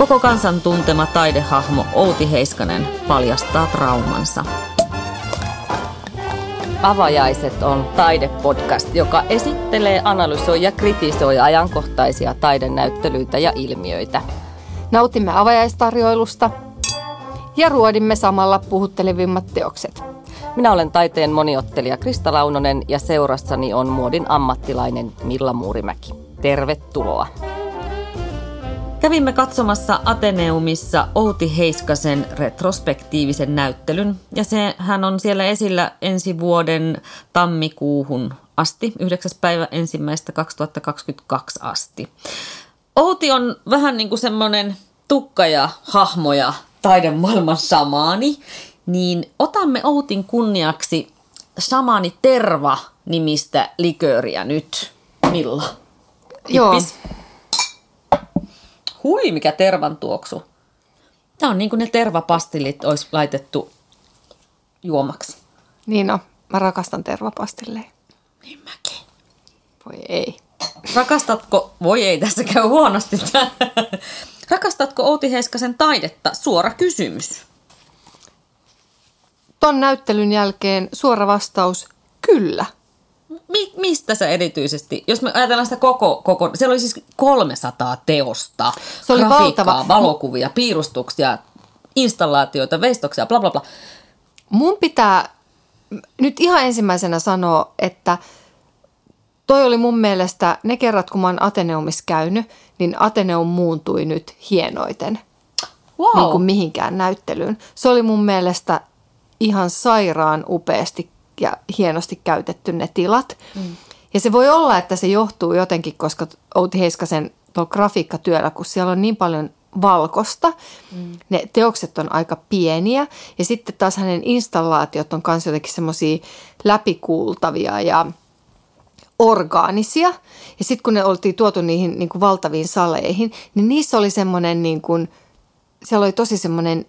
Koko kansan tuntema taidehahmo Outi Heiskanen paljastaa traumansa. Avajaiset on taidepodcast, joka esittelee, analysoi ja kritisoi ajankohtaisia taidenäyttelyitä ja ilmiöitä. Nautimme avajaistarjoilusta ja ruodimme samalla puhuttelevimmat teokset. Minä olen taiteen moniottelija Krista Launonen ja seurassani on muodin ammattilainen Milla Muurimäki. Tervetuloa! Kävimme katsomassa Ateneumissa Outi Heiskasen retrospektiivisen näyttelyn ja hän on siellä esillä ensi vuoden tammikuuhun asti, 9.1.2022 asti. Outi on vähän niin kuin semmoinen tukka ja hahmo ja taidemaailman shamaani, niin otamme Outin kunniaksi shamaani Terva-nimistä likööriä nyt. Milla? Kippis. Joo. Hui, mikä tervan tuoksu. Tämä on niin kuin ne tervapastillit olisi laitettu juomaksi. Niin no, mä rakastan tervapastilleja. Niin mäkin. Voi ei. Rakastatko, voi ei, tässä käy huonosti. Rakastatko Outi Heiskasen taidetta? Suora kysymys. Ton näyttelyn jälkeen suora vastaus, kyllä. Mistä sä erityisesti, jos me ajatellaan sitä koko siellä oli siis 300 teosta, se oli grafiikkaa, valtava. Valokuvia, piirustuksia, installaatioita, veistoksia, bla bla bla. Mun pitää nyt ihan ensimmäisenä sanoa, että toi oli mun mielestä, ne kerrat kun mä oon Ateneumissa käynyt, niin Ateneum muuntui nyt hienoiten niin kuin mihinkään näyttelyyn. Se oli mun mielestä ihan sairaan upeasti ja hienosti käytetty ne tilat. Ja se voi olla, että se johtuu jotenkin, koska Outi Heiskasen grafiikkatyöllä, kun siellä on niin paljon valkosta, ne teokset on aika pieniä. Ja sitten taas hänen installaatiot on myös jotenkin semmoisia läpikuultavia ja orgaanisia. Ja sitten kun ne oltiin tuotu niihin niin kuin valtaviin saleihin, niin niissä oli semmoinen, niin kuin, siellä oli tosi semmoinen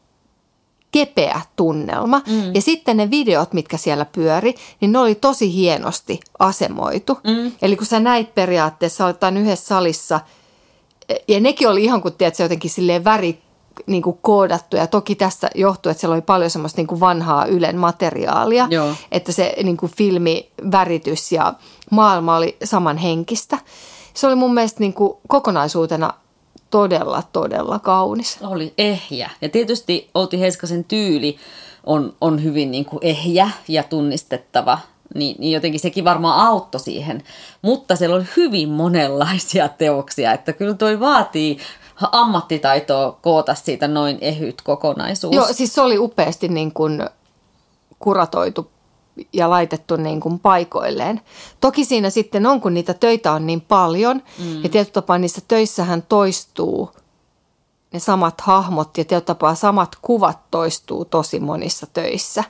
kepeä tunnelma. Ja sitten ne videot, mitkä siellä pyöri, niin ne oli tosi hienosti asemoitu. Eli kun sä näit periaatteessa, olet yhdessä salissa, ja nekin oli ihan kuin tiedät, se jotenkin silleen väri niin kuin koodattu. Ja toki tästä johtuu, että siellä oli paljon semmoista niin kuin vanhaa Ylen materiaalia. Joo. Että se niin kuin filmiväritys ja maailma oli samanhenkistä. Se oli mun mielestä niin kuin kokonaisuutena todella kaunis. Oli ehjä. Ja tietysti Outi Heiskasen tyyli on hyvin niin kuin ehjä ja tunnistettava. Niin jotenkin sekin varmaan auttoi siihen. Mutta siellä on hyvin monenlaisia teoksia. Että kyllä toi vaatii ammattitaitoa koota siitä noin ehyt kokonaisuus. Joo, siis se oli upeasti niin kuin kuratoitu ja laitettu niin kuin paikoilleen. Toki siinä sitten on, kun niitä töitä on niin paljon, ja tietyllä tapaa niissä töissähän toistuu ne samat hahmot, ja tietyllä tapaa samat kuvat toistuu tosi monissa töissä.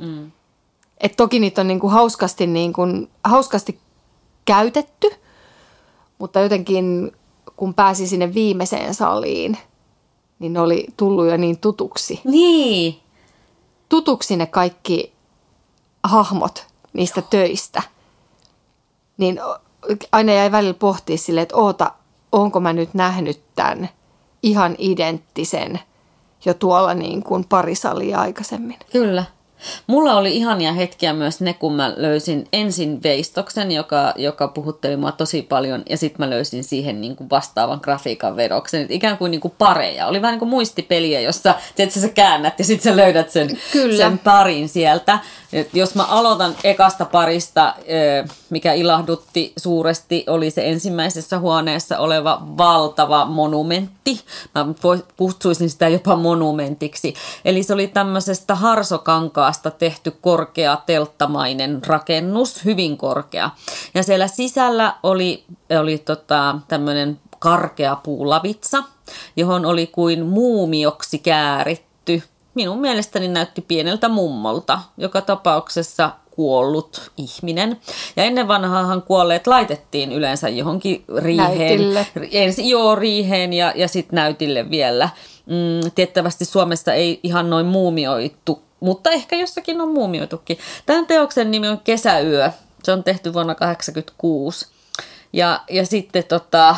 Et toki niitä on niin kuin hauskasti käytetty, mutta jotenkin kun pääsi sinne viimeiseen saliin, niin ne oli tullut jo niin tutuksi. Niin. Tutuksi ne kaikki hahmot niistä töistä, niin aina jäi välillä pohtia silleen, että onko mä nyt nähnyt tämän ihan identtisen jo tuolla niin kuin pari salia aikaisemmin. Kyllä. Mulla oli ihania hetkiä myös ne, kun mä löysin ensin veistoksen, joka puhutteli mua tosi paljon, ja sitten mä löysin siihen niin kuin vastaavan grafiikan vedoksen. Et ikään kuin pareja. Oli vähän niin kuin muistipeliä, jossa sä käännät ja sitten sä löydät sen parin sieltä. Et jos mä aloitan ekasta parista, mikä ilahdutti suuresti, oli se ensimmäisessä huoneessa oleva valtava monumentti. Mä kutsuisin sitä jopa monumentiksi. Eli se oli tämmöisestä harsokankaasta tehty korkea telttamainen rakennus, hyvin korkea. Ja siellä sisällä oli tämmöinen karkea puulavitsa, johon oli kuin muumioksi kääritty. Minun mielestäni näytti pieneltä mummolta, joka tapauksessa kuollut ihminen. Ja ennen vanhaahan kuolleet laitettiin yleensä johonkin riiheen. Riiheen ja sitten näytille vielä. Tiettävästi Suomessa ei ihan noin muumioitu, mutta ehkä jossakin on muumioitukin. Tämän teoksen nimi on Kesäyö. Se on tehty vuonna 1986. Ja sitten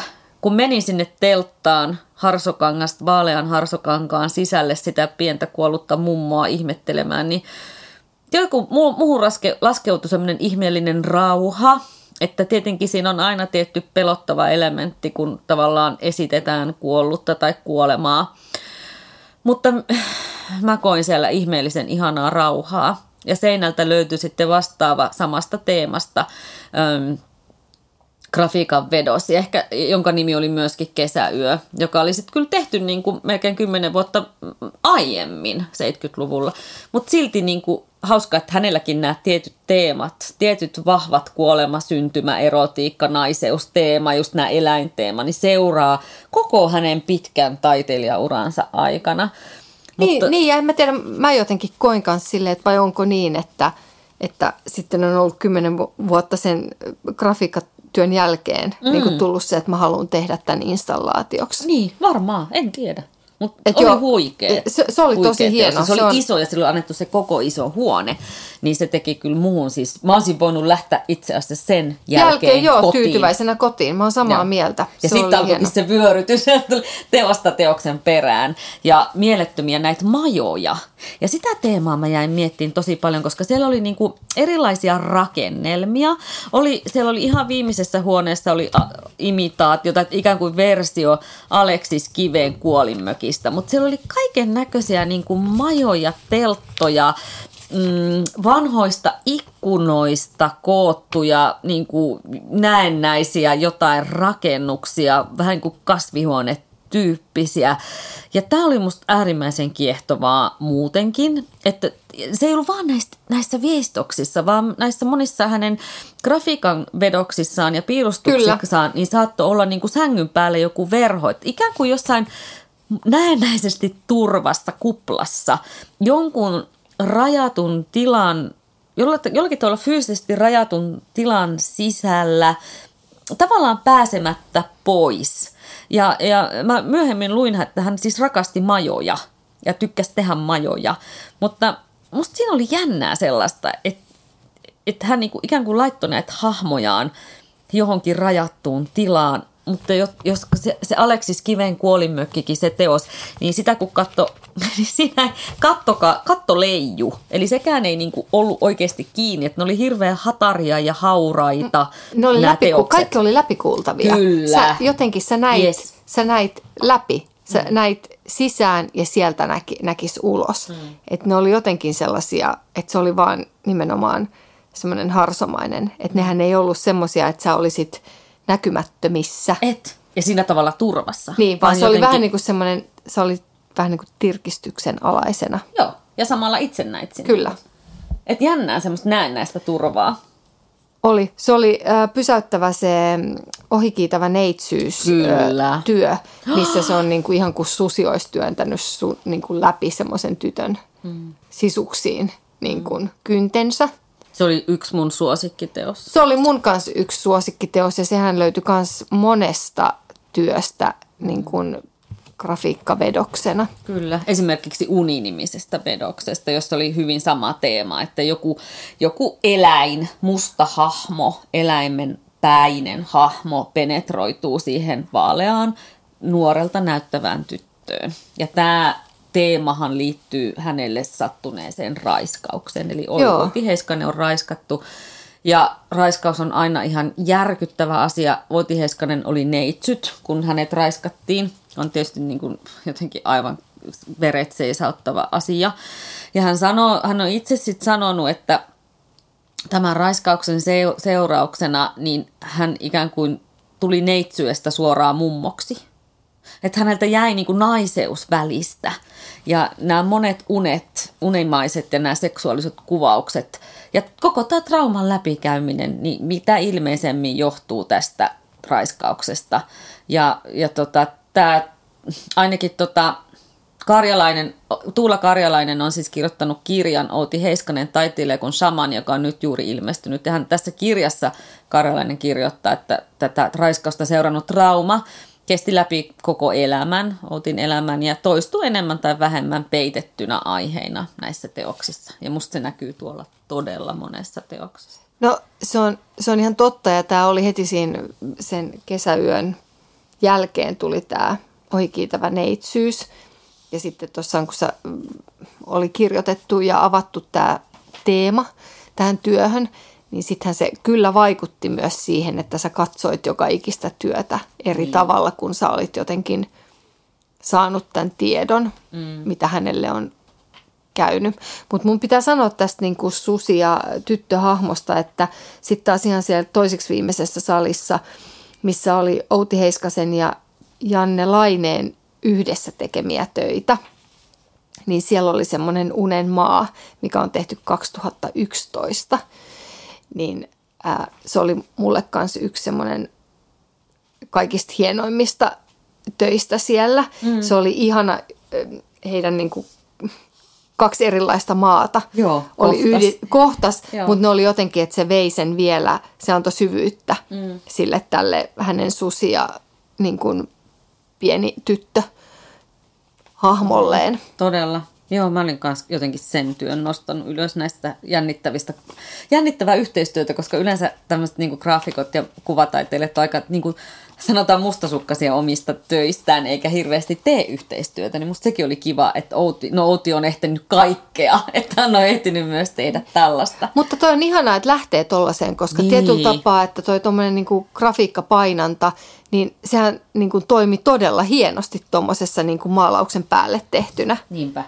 kun menin sinne telttaan Harsokangasta, vaalean Harsokankaan sisälle sitä pientä kuollutta mummoa ihmettelemään, niin muuhun laskeutui semmoinen ihmeellinen rauha, että tietenkin siinä on aina tietty pelottava elementti, kun tavallaan esitetään kuollutta tai kuolemaa. Mutta mä koin siellä ihmeellisen ihanaa rauhaa. Ja seinältä löytyi sitten vastaava samasta teemasta grafiikan vedos, ja ehkä, jonka nimi oli myöskin Kesäyö, joka oli sitten kyllä tehty niin kuin melkein 10 vuotta aiemmin 70-luvulla. Mutta silti niin kuin hauska, että hänelläkin nämä tietyt teemat, tietyt vahvat kuolema, syntymä, erotiikka, naiseusteema, just nämä eläinteema, niin seuraa koko hänen pitkän taiteilijauransa aikana. Niin, ja en mä tiedä, mä jotenkin koin kanssa silleen, että vai onko niin, että sitten on ollut 10 vuotta sen grafiikkatyön jälkeen niin kuin tullut se, että mä haluan tehdä tämän installaatioksi. Niin, varmaan, en tiedä. Mutta oli huikea. Se oli tosi hieno. Se oli iso ja sillä oli annettu se koko iso huone. Niin se teki kyllä muuhun siis. Mä olisin voinut lähteä itse asiassa sen jälkeen kotiin. Tyytyväisenä kotiin. Mä oon samaa mieltä. Ja sitten alkoikin se vyörytys teosta teoksen perään. Ja mielettömiä näitä majoja. Ja sitä teemaa mä jäin miettimään tosi paljon, koska siellä oli niinku erilaisia rakennelmia. Siellä oli ihan viimeisessä huoneessa oli imitaatio tai ikään kuin versio Aleksis Kiveen kuolinmökistä. Mutta siellä oli kaiken näköisiä niinku majoja, telttoja, vanhoista ikkunoista koottuja niinku näennäisiä jotain rakennuknäisiä, vähän niin kuin kasvihuonetyyppisiä. Ja tämä oli musta äärimmäisen kiehtovaa muutenkin, että se ei ollut vaan näissä veistoksissa, vaan näissä monissa hänen grafiikan vedoksissaan ja piirustuksissaan, niin saattoi olla niin kuin sängyn päällä joku verho. Että ikään kuin jossain näennäisesti turvassa, kuplassa, jonkun rajatun tilan, jollakin tavalla fyysisesti rajatun tilan sisällä, tavallaan pääsemättä pois. Ja mä myöhemmin luin, että hän siis rakasti majoja ja tykkäsi tehdä majoja, mutta musta siinä oli jännää sellaista, että hän niinku ikään kuin laittoi näitä hahmojaan johonkin rajattuun tilaan, mutta jos se Aleksis Kiven kuolinmökkikin, se teos, niin sitä kun niin siinä katto leiju. Eli sekään ei niinku ollut oikeasti kiinni, että ne oli hirveän hataria ja hauraita. Ne oli kaikki oli läpikuultavia. Kyllä. Jotenkin sä näit läpi. Sä näit sisään ja sieltä näkisi ulos. Että ne oli jotenkin sellaisia, että se oli vaan nimenomaan semmoinen harsomainen. Että nehän ei ollut semmoisia, että sä olisit näkymättömissä. Ja siinä tavalla turvassa. Niin, vaan se oli vähän niin kuin semmoinen, se oli vähän niin kuin tirkistyksen alaisena. Joo, ja samalla itse näit sinne. Kyllä. Että jännää semmoista näennäistä turvaa. Se oli pysäyttävä se ohikiitävä neitsyystyö, missä se on niin kuin ihan kuin susi olisi työntänyt niin kuin läpi semmoisen tytön sisuksiin niin kuin kyntensä. Se oli yksi mun suosikkiteos. Se oli mun kanssa yksi suosikkiteos ja sehän löytyi myös monesta työstä niin kuin grafiikkavedoksena. Kyllä, esimerkiksi Uni-nimisestä vedoksesta, jossa oli hyvin sama teema, että joku eläin, musta hahmo, eläimen päinen hahmo penetroituu siihen vaaleaan nuorelta näyttävään tyttöön. Ja tämä teemahan liittyy hänelle sattuneeseen raiskaukseen, eli Outi Heiskanen on raiskattu. Ja raiskaus on aina ihan järkyttävä asia. Outi Heiskanen oli neitsyt, kun hänet raiskattiin. On tietysti niin kuin jotenkin aivan veret seisauttava asia. Ja hän on itse sitten sanonut, että tämän raiskauksen seurauksena niin hän ikään kuin tuli neitsyestä suoraan mummoksi. Että häneltä jäi niin kuin naiseus välistä. Ja nämä monet unimaiset ja nämä seksuaaliset kuvaukset ja koko tämä trauman läpikäyminen, niin mitä ilmeisemmin johtuu tästä raiskauksesta. Ja tämä ainakin Tuula Karjalainen on siis kirjoittanut kirjan Outi Heiskanen taiteilija kuin shaman, joka on nyt juuri ilmestynyt. Ja hän tässä kirjassa Karjalainen kirjoittaa, että tätä raiskausta seurannut trauma kesti läpi koko elämän, Outin elämän, ja toistuu enemmän tai vähemmän peitettynä aiheina näissä teoksissa. Ja musta se näkyy tuolla todella monessa teoksessa. No se on ihan totta, ja tämä oli heti siinä sen Kesäyön jälkeen tuli tämä Ohikiitävä neitsyys. Ja sitten tuossa, kun oli kirjoitettu ja avattu tämä teema tähän työhön, niin sittenhän se kyllä vaikutti myös siihen, että sä katsoit joka ikistä työtä eri tavalla, kun sä olit jotenkin saanut tämän tiedon, mitä hänelle on käynyt. Mutta mun pitää sanoa tästä niin kuin susi- ja tyttöhahmosta, että sitten taas ihan siellä toiseksi viimeisessä salissa, missä oli Outi Heiskasen ja Janne Laineen yhdessä tekemiä töitä, niin siellä oli semmoinen Unen maa, mikä on tehty 2011. Niin se oli mulle kanssa yksi semmoinen kaikista hienoimmista töistä siellä. Se oli ihana heidän niin kuin 2 erilaista maata. Joo, kohtas, mutta ne oli jotenkin, että se vei sen vielä, se antoi syvyyttä sille tälle hänen susi ja niin kuin pieni tyttö hahmolleen. Todella. Joo, mä olin kanssa jotenkin sen työn nostanut ylös näistä jännittävää yhteistyötä, koska yleensä tämmöiset niin kuin graafikot ja kuvataiteilijat on aika niin kuin sanotaan mustasukkaisia omista töistään eikä hirveästi tee yhteistyötä, niin musta sekin oli kiva, että Outi on ehtinyt kaikkea, että hän on ehtinyt myös tehdä tällaista. Mutta toi on ihanaa, että lähtee tollaiseen, koska tietyllä tapaa, että toi tommoinen niinku grafiikkapainanta, niin sehän niinku toimi todella hienosti tommosessa niinku maalauksen päälle tehtynä. Niinpä.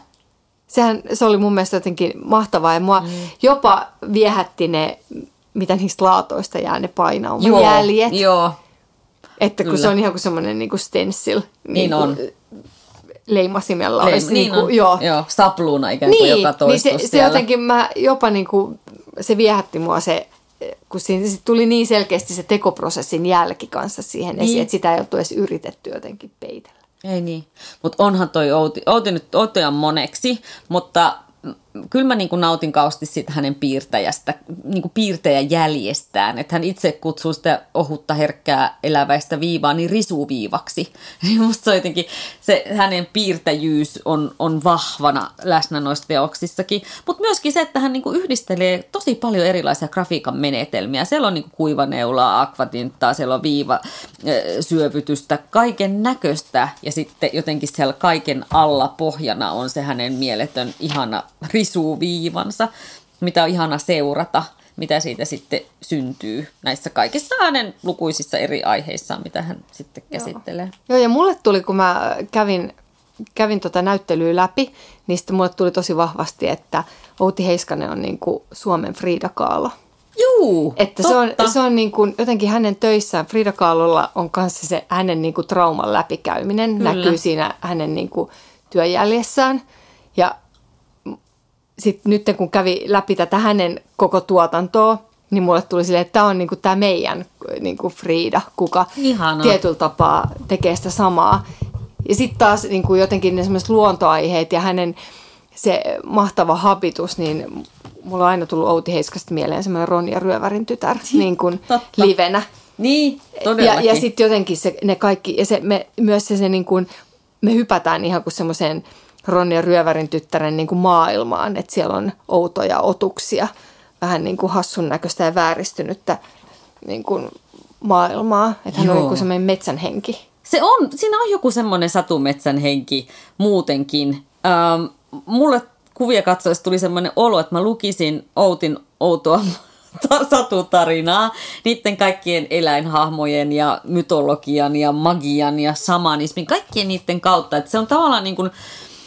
Se oli mun mielestä jotenkin mahtavaa ja mua jopa viehätti ne, mitä niistä laatoista jää ne painaumajäljet. Joo. Että kun se on ihan kuin semmoinen niinku stencil. Niin on. Leimasimella olisi. Niin on. Joo, sapluuna ikään kuin joka toistus niin se jotenkin jopa niinku, se viehätti mua se, kun siinä tuli niin selkeästi se tekoprosessin jälki kanssa siihen esiin, että sitä ei oltu edes yritetty jotenkin peitellä. Ei niin, mutta onhan toi Outi on moneksi, mutta kyllä mä niin kuin nautin kauheasti siitä hänen piirtäjästä, niin kuin piirtäjäjäljestään, että hän itse kutsuu sitä ohutta, herkkää, eläväistä viivaa niin risuviivaksi. Musta se jotenkin, se hänen piirtäjyys on vahvana läsnä noissa teoksissakin, mutta myöskin se, että hän niin kuin yhdistelee tosi paljon erilaisia grafiikan menetelmiä. Siellä on niin kuin kuivaneulaa, akvatinttaa, siellä on viivasyövytystä, kaiken näköistä ja sitten jotenkin siellä kaiken alla pohjana on se hänen mieletön ihana risuviivansa, mitä on ihana seurata, mitä siitä sitten syntyy näissä kaikissa hänen lukuisissa eri aiheissaan, mitä hän sitten käsittelee. Joo, ja mulle tuli, kun mä kävin tota näyttelyä läpi, niin sitten mulle tuli tosi vahvasti, että Outi Heiskanen on niin kuin Suomen Frida Kahlo. Juu, että se on niin kuin, jotenkin hänen töissään, Frida Kahlolla on kanssa se hänen niin kuin trauman läpikäyminen, kyllä, näkyy siinä hänen niin kuin työjäljessään. Ja sitten nyt kun kävi läpi tätä hänen koko tuotantoa, niin mulle tuli silleen, että tämä on niinku tämä meidän niinku Frida, kuka tietyllä tapaa tekee sitä samaa. Ja sitten taas niinku jotenkin ne sellaiset luontoaiheet ja hänen se mahtava habitus, niin mulla on aina tullut Outi Heiskasta mieleen semmoinen Ronja Ryövärin tytär niin kuin livenä. Niin, todellakin. Ja sitten jotenkin ne kaikki, ja myös se niin kuin, me hypätään ihan kuin semmoiseen Ronja Ryövärin tyttären niin kuin maailmaan, että siellä on outoja otuksia, vähän niin kuin hassun näköistä ja vääristynyttä niin kuin maailmaa. Että hän on niin kuin semmoinen metsän henki. Siinä on joku semmoinen satumetsän henki muutenkin. Mulle kuvia katsoessa tuli semmoinen olo, että mä lukisin Outin outoa satutarinaa niiden kaikkien eläinhahmojen ja mytologian ja magian ja shamanismin, kaikkien niiden kautta. Että se on tavallaan niin kuin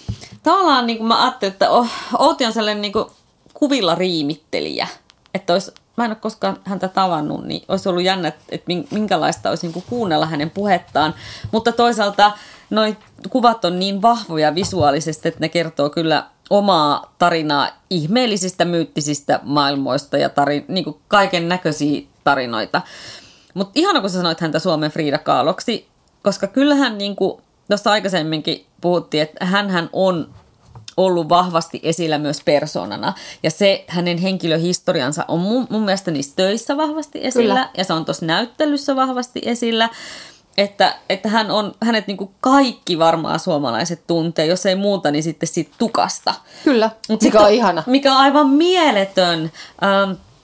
mä ajattelin, että Outi on sellainen niin kuin kuvilla riimittelijä. Että mä en ole koskaan häntä tavannut, niin olisi ollut jännä, että minkälaista olisi niin kuin kuunnella hänen puhettaan. Mutta toisaalta noi kuvat on niin vahvoja visuaalisesti, että ne kertoo kyllä omaa tarinaa ihmeellisistä, myyttisistä maailmoista ja niin kuin kaiken näköisiä tarinoita. Mutta ihana, kun sä sanoit häntä Suomen Frida Kahloksi, koska kyllähän niin kuin tuossa aikaisemminkin puhuttiin, että hänhän on ollut vahvasti esillä myös persoonana. Ja se hänen henkilöhistoriansa on mun mielestä niissä töissä vahvasti esillä. Kyllä. Ja se on tuossa näyttelyssä vahvasti esillä. Että hänet niin kuin kaikki varmaan suomalaiset tuntee, jos ei muuta, niin sitten siitä tukasta. Kyllä, mikä on ihana. Mikä on aivan mieletön.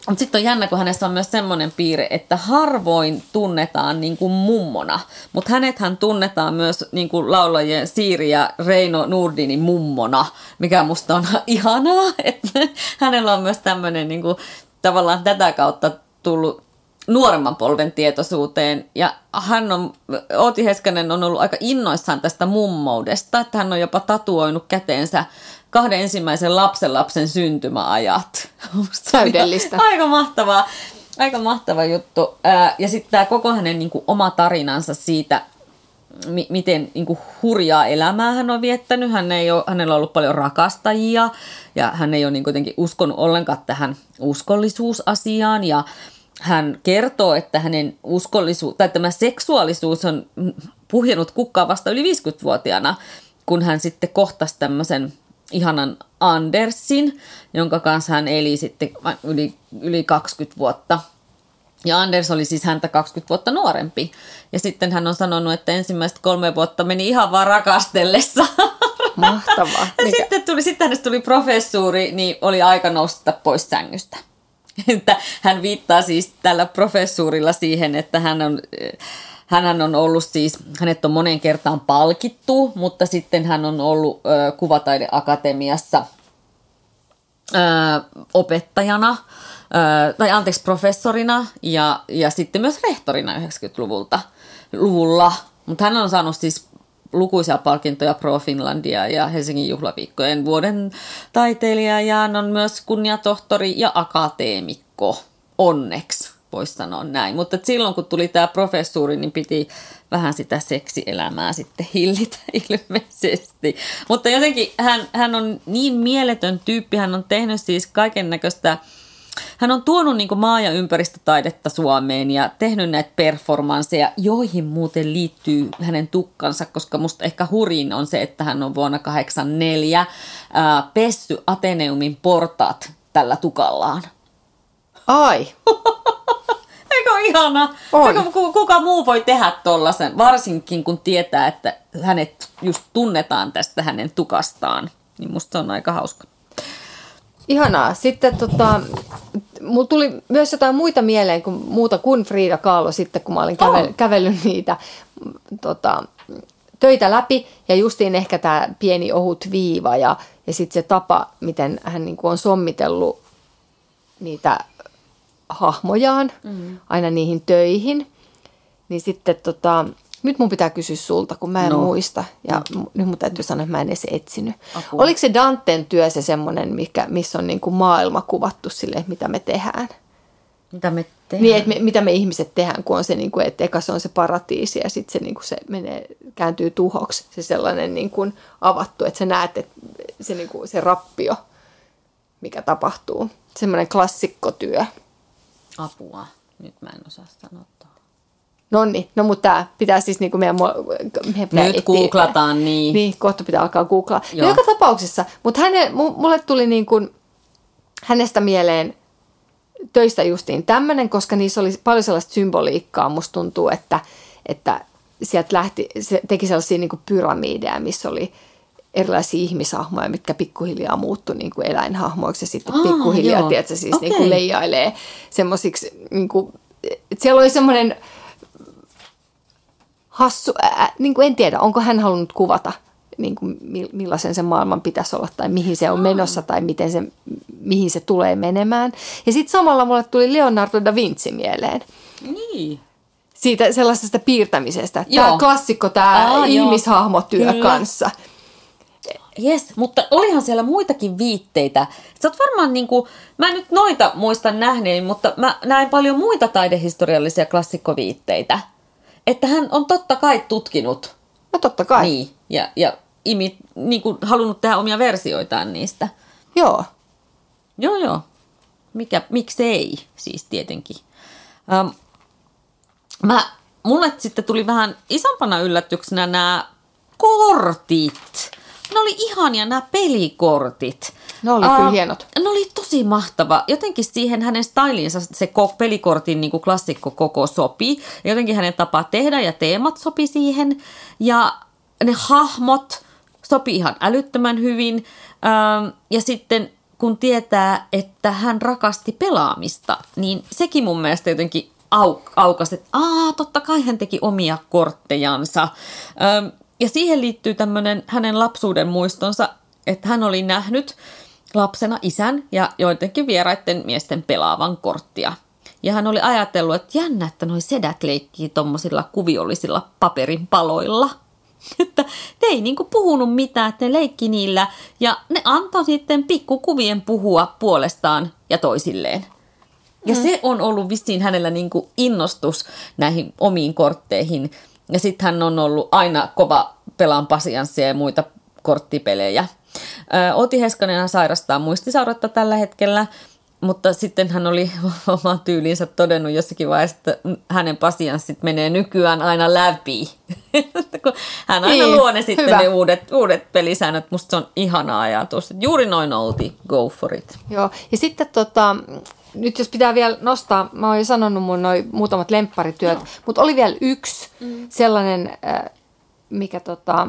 Mutta sitten on jännä, kun hänessä on myös semmoinen piirre, että harvoin tunnetaan niin kuin mummona. Mutta hänethän tunnetaan myös niin kuin laulajien Siiri ja Reino Nurdinin mummona, mikä musta on ihanaa. Että hänellä on myös tämmöinen niin kuin, tavallaan tätä kautta tullut nuoremman polven tietoisuuteen. Ja Outi Heiskanen on ollut aika innoissaan tästä mummoudesta, että hän on jopa tatuoinut käteensä 2 ensimmäisen lapsenlapsen syntymäajat. Täydellistä. Aika mahtava juttu. Ja sitten tämä koko hänen niin kuin, oma tarinansa siitä, miten niin kuin, hurjaa elämää hän on viettänyt. Hänellä on ollut paljon rakastajia ja hän ei ole niin kuitenkin uskonut ollenkaan tähän uskollisuusasiaan. Ja hän kertoo, että hänen tämä seksuaalisuus on puhjennut kukkaa vasta yli 50-vuotiaana, kun hän sitten kohtasi tämmöisen ihanan Andersin, jonka kanssa hän eli sitten yli 20 vuotta. Ja Anders oli siis häntä 20 vuotta nuorempi. Ja sitten hän on sanonut, että ensimmäiset 3 vuotta meni ihan vaan rakastellessa. Mahtavaa. Sitten hänestä tuli professuuri, niin oli aika nousta pois sängystä. Että hän viittaa siis tällä professuurilla siihen, että hän on ollut siis, hänet on moneen kertaan palkittu, mutta sitten hän on ollut Kuvataideakatemiassa opettajana, professorina ja sitten myös rehtorina 90-luvulla. Mutta hän on saanut siis lukuisia palkintoja Pro Finlandia ja Helsingin juhlaviikkojen vuoden taiteilija ja hän on myös kunniatohtori ja akateemikko, onneksi voisi sanoa näin. Mutta silloin kun tuli tämä professuuri, niin piti vähän sitä seksielämää sitten hillitä ilmeisesti. Mutta jotenkin hän on niin mieletön tyyppi, hän on tehnyt siis kaiken näköistä. Hän on tuonut niin kuin maa- ja ympäristötaidetta Suomeen ja tehnyt näitä performansseja, joihin muuten liittyy hänen tukkansa, koska musta ehkä hurjin on se, että hän on vuonna 1984 pessy Ateneumin portaat tällä tukallaan. Ai! Eikö ole ihana? Kuka muu voi tehdä tollasen, varsinkin kun tietää, että hänet just tunnetaan tästä hänen tukastaan. Niin musta se on aika hauska. Ihanaa. Sitten mulla tuli myös jotain muita mieleen muuta kuin Frida Kahlo sitten, kun mä olin kävellyt niitä töitä läpi. Ja justiin ehkä tämä pieni ohut viiva ja sitten se tapa, miten hän niin kuin on sommitellut niitä hahmojaan aina niihin töihin. Niin sitten nyt mun pitää kysyä sulta, kun mä en muista. Ja nyt mun täytyy sanoa, että mä en edes etsinyt. Apua. Oliko se Danten työ se semmoinen, missä on niin kuin maailma kuvattu silleen, mitä me tehdään? Mitä me tehdään? Niin, että mitä me ihmiset tehdään, kun on se, niin kuin, että eka se on se paratiisi ja sitten se, niin kuin se kääntyy tuhoksi. Se sellainen niin kuin avattu, että sä näet, että se, niin kuin, se rappio, mikä tapahtuu. Semmoinen klassikkotyö. Apua. Nyt mä en osaa sanoa. Nonni, no mutta tämä pitää siis niin kuin meidän nyt googlataan, niin. Niin, kohta pitää alkaa googlaa. No joka tapauksessa, mutta mulle tuli niin kuin hänestä mieleen töistä justiin tämmöinen, koska niissä oli paljon sellaista symboliikkaa. Musta tuntuu, että sieltä se teki sellaisia niin kuin pyramideja, missä oli erilaisia ihmishahmoja, mitkä pikkuhiljaa muuttui niin kuin eläinhahmoiksi ja sitten pikkuhiljaa, tiedätkö, siis niin kuin leijailee semmoisiksi, niin kuin, siellä oli semmoinen hassu, niin kuin en tiedä, onko hän halunnut kuvata, niin kuin millaisen sen maailman pitäisi olla tai mihin se on menossa tai mihin se tulee menemään. Ja sitten samalla mulle tuli Leonardo da Vinci mieleen. Niin. Siitä sellaisesta piirtämisestä. Tämä klassikko, tämä ihmishahmotyö kanssa. Jes, mutta olihan siellä muitakin viitteitä. Sä oot varmaan niinku, mä en nyt noita muista nähneeni, mutta mä näin paljon muita taidehistoriallisia klassikkoviitteitä. Että hän on totta kai tutkinut. No totta kai. Niin, ja niinku halunnut tehdä omia versioitaan niistä. Joo. Joo. Miksei siis tietenkin. Mulle sitten tuli vähän isompana yllätyksenä nämä kortit. Ne oli ihania nämä pelikortit. Ne oli kyllä hienot. Ne oli tosi mahtava. Jotenkin siihen hänen styliinsa se pelikortin niin kuin klassikko koko sopii. Ja jotenkin hänen tapaa tehdä ja teemat sopi siihen. Ja ne hahmot sopi ihan älyttömän hyvin. Ja sitten kun tietää, että hän rakasti pelaamista, niin sekin mun mielestä jotenkin aukasi, että totta kai hän teki omia korttejansa. Ja siihen liittyy tämmöinen hänen lapsuuden muistonsa, että hän oli nähnyt lapsena isän ja joidenkin vieraiden miesten pelaavan korttia. Ja hän oli ajatellut, että jännä, että noi sedät leikkii tommosilla kuviollisilla paperinpaloilla. Että ne ei niinku puhunut mitään, että ne leikki niillä ja ne antoi sitten pikkukuvien puhua puolestaan ja toisilleen. Ja se on ollut vissiin hänellä niinku innostus näihin omiin kortteihin. Ja sitten hän on ollut aina kova pelaan pasianssia ja muita korttipelejä. Outi Heiskanen sairastaa muistisairautta tällä hetkellä, mutta sitten hän oli oman tyyliinsä todennut jossakin vaiheessa, että hänen pasianssit menee nykyään aina läpi. Kun hän aina luo ne sitten ne uudet pelisäännöt. Musta se on ihana ajatus. Juuri noin, Outi, go for it. Joo, ja sitten nyt jos pitää vielä nostaa, mä oon jo sanonut mun noin muutamat lempparityöt, mutta oli vielä yksi sellainen, mikä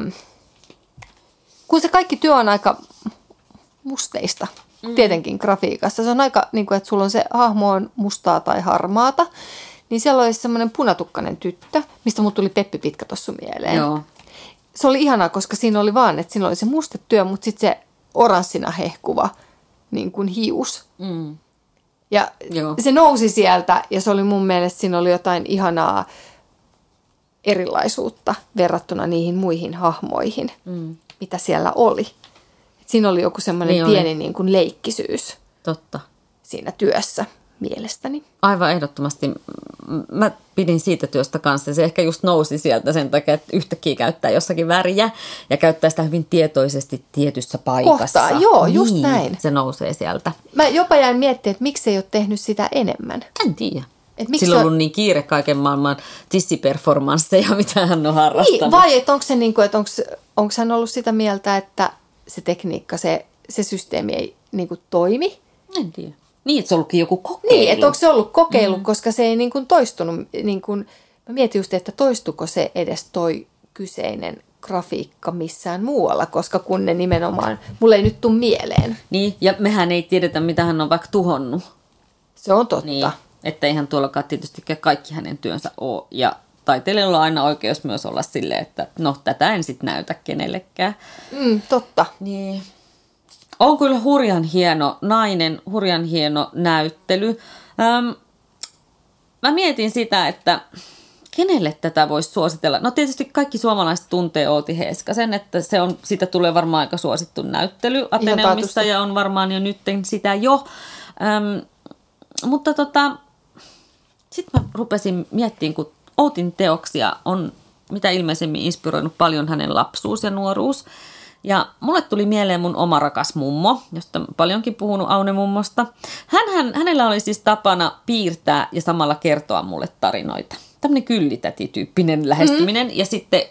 kun se kaikki työ on aika musteista, tietenkin grafiikassa. Se on aika, niin kuin, että sulla on se hahmo on mustaa tai harmaata, niin siellä oli semmoinen punatukkainen tyttö, mistä mut tuli Peppi Pitkä tuossa mieleen. Joo. Se oli ihanaa, koska siinä oli vaan, että siinä oli se mustetyö, mutta sitten se oranssina hehkuva niin kuin hius. Ja se nousi sieltä ja se oli mun mielestä, siinä oli jotain ihanaa erilaisuutta verrattuna niihin muihin hahmoihin, mitä siellä oli. Et siinä oli joku semmoinen pieni niin kuin leikkisyys. Totta. Siinä työssä mielestäni. Aivan ehdottomasti. Mä pidin siitä työstä kanssa. Se ehkä just nousi sieltä sen takia, että yhtäkkiä käyttää jossakin väriä ja käyttää sitä hyvin tietoisesti tietyssä paikassa. Kohtaa, joo, just näin. Se nousee sieltä. Mä jopa jäin miettimään, että miksi ei ole tehnyt sitä enemmän. En tiedä. Sillä on ollut niin kiire kaiken maailman tissiperformansseja, mitä hän on harrastanut. Niin, vai että onko se niin kuin, että onko hän ollut sitä mieltä, että se tekniikka, se systeemi ei niin kuin toimi? En tiedä. Niin, että se on ollutkin joku kokeilu. Niin, että onko se ollut kokeilu, koska se ei niin kuin toistunut. Niin kuin, mä mietin just, että toistuko se edes toi kyseinen grafiikka missään muualla, koska kun ne nimenomaan, mulle ei nyt tule mieleen. Niin, ja mehän ei tiedetä, mitä hän on vaikka tuhonnut. Se on totta. Niin, että eihän tuollakaan tietysti kaikki hänen työnsä ole. Ja taiteilijalla on aina oikeus myös olla silleen, että no, tätä en sitten näytä kenellekään. Totta. Niin. On kyllä hurjan hieno nainen, hurjan hieno näyttely. Mä mietin sitä, että kenelle tätä voisi suositella. No tietysti kaikki suomalaiset tuntee Outi Heiskasen, että siitä tulee varmaan aika suosittu näyttely Ateneumissa ja on varmaan jo nytten sitä jo. Mutta sitten mä rupesin miettimään, kun Outin teoksia on mitä ilmeisemmin inspiroinut paljon hänen lapsuus ja nuoruus. Ja mulle tuli mieleen mun oma rakas mummo, josta paljonkin puhunut Aune mummosta. Hänellä oli siis tapana piirtää ja samalla kertoa mulle tarinoita. Tämmöinen kyllitäti-tyyppinen lähestyminen. Ja sitten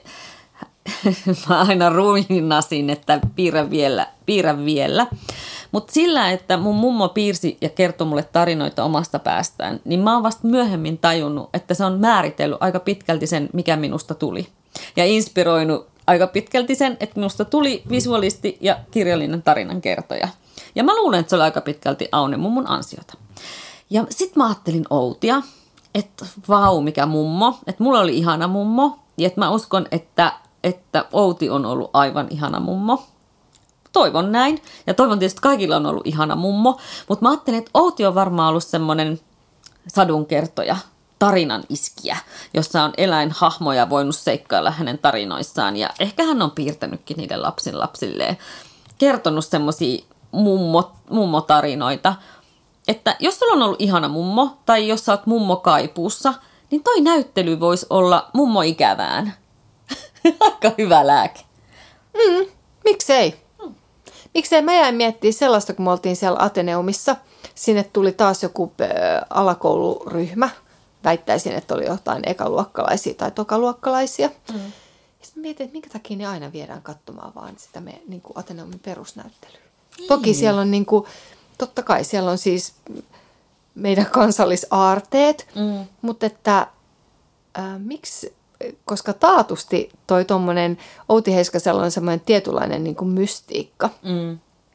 mä aina ruinasin, että piirrä vielä. Mutta sillä, että mun mummo piirsi ja kertoi mulle tarinoita omasta päästään, niin mä oon vasta myöhemmin tajunnut, että se on määritellyt aika pitkälti sen, mikä minusta tuli. Ja inspiroinut aika pitkälti sen, että minusta tuli visualisti ja kirjallinen tarinankertoja. Ja mä luulen, että se oli aika pitkälti Aune mummun ansiota. Ja sit mä ajattelin Outia, että vau, mikä mummo, että mulla oli ihana mummo. Ja että mä uskon, että Outi on ollut aivan ihana mummo. Toivon näin. Ja toivon tietysti, että kaikilla on ollut ihana mummo. Mutta mä ajattelin, että Outi on varmaan ollut semmoinen sadunkertoja, tarinan iskiä, jossa on eläinhahmoja voinut seikkailla hänen tarinoissaan. Ja ehkä hän on piirtänytkin niiden lapsilleen, kertonut semmoisia mummotarinoita. Että jos sulla on ollut ihana mummo, tai jos sä oot mummo kaipuussa, niin toi näyttely voisi olla mummo ikävään. Aika hyvä lääke. Miksei? Miksei mä jäin miettimään sellaista, kun me oltiin siellä Ateneumissa. Sinne tuli taas joku alakouluryhmä. Väittäisin, että oli jotain ekaluokkalaisia tai tokaluokkalaisia. Sitten mietin, että minkä takia ne aina viedään katsomaan vaan sitä niin kuin Ateneumin perusnäyttelyä. Toki siellä on, niin kuin, totta kai siellä on siis meidän kansallisaarteet, mutta että miksi, koska taatusti toi tommonen Outi Heiskasella on semmoinen tietynlainen niin kuin mystiikka.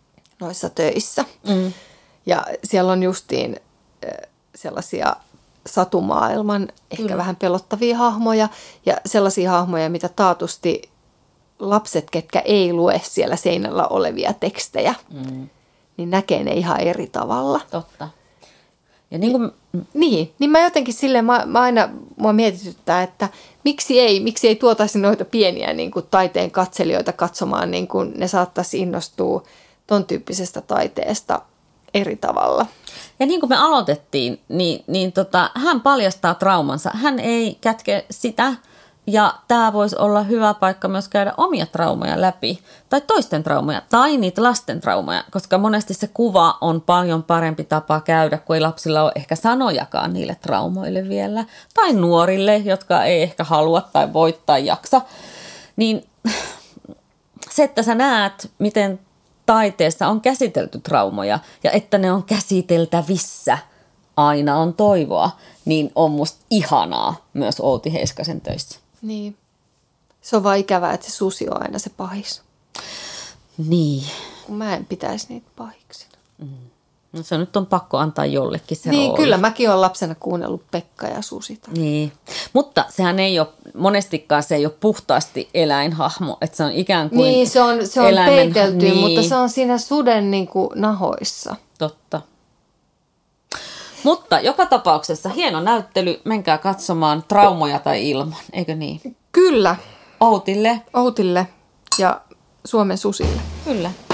noissa töissä. Ja siellä on justiin sellaisia satumaailman, ehkä vähän pelottavia hahmoja ja sellaisia hahmoja, mitä taatusti lapset, ketkä ei lue siellä seinällä olevia tekstejä, niin näkee ne ihan eri tavalla. Totta. Ja niin mä jotenkin silleen, mä aina mua mietityttää, että miksi ei tuotaisi noita pieniä niin kuin taiteen katselijoita katsomaan, niin kuin ne saattaisi innostua ton tyyppisestä taiteesta eri tavalla. Ja niin kuin me aloitettiin, niin hän paljastaa traumansa. Hän ei kätke sitä, ja tämä voisi olla hyvä paikka myös käydä omia traumoja läpi, tai toisten traumoja, tai niitä lasten traumoja, koska monesti se kuva on paljon parempi tapa käydä, kun ei lapsilla ole ehkä sanojakaan niille traumoille vielä, tai nuorille, jotka ei ehkä halua tai voi tai jaksa. Niin se, että sä näet, miten taiteessa on käsitelty traumoja, ja että ne on käsiteltävissä, aina on toivoa, niin on musta ihanaa myös Outi Heiskasen töissä. Niin. Se on vaan ikävää, että se susi on aina se pahis. Niin. Kun mä en pitäisi niitä pahiksina. No se nyt on pakko antaa jollekin se Niin, rooli. kyllä mäkin olen lapsena kuunnellut Pekka ja Susi. Niin, mutta sehän ei ole, monestikaan se ei ole puhtaasti eläinhahmo, että se on ikään kuin niin, se on peitelty, niin. mutta se on siinä suden niin kuin nahoissa. Totta. Mutta joka tapauksessa hieno näyttely, menkää katsomaan Traumoja tai ilman, eikö niin? Kyllä. Outille. Outille ja Suomen susille. Kyllä.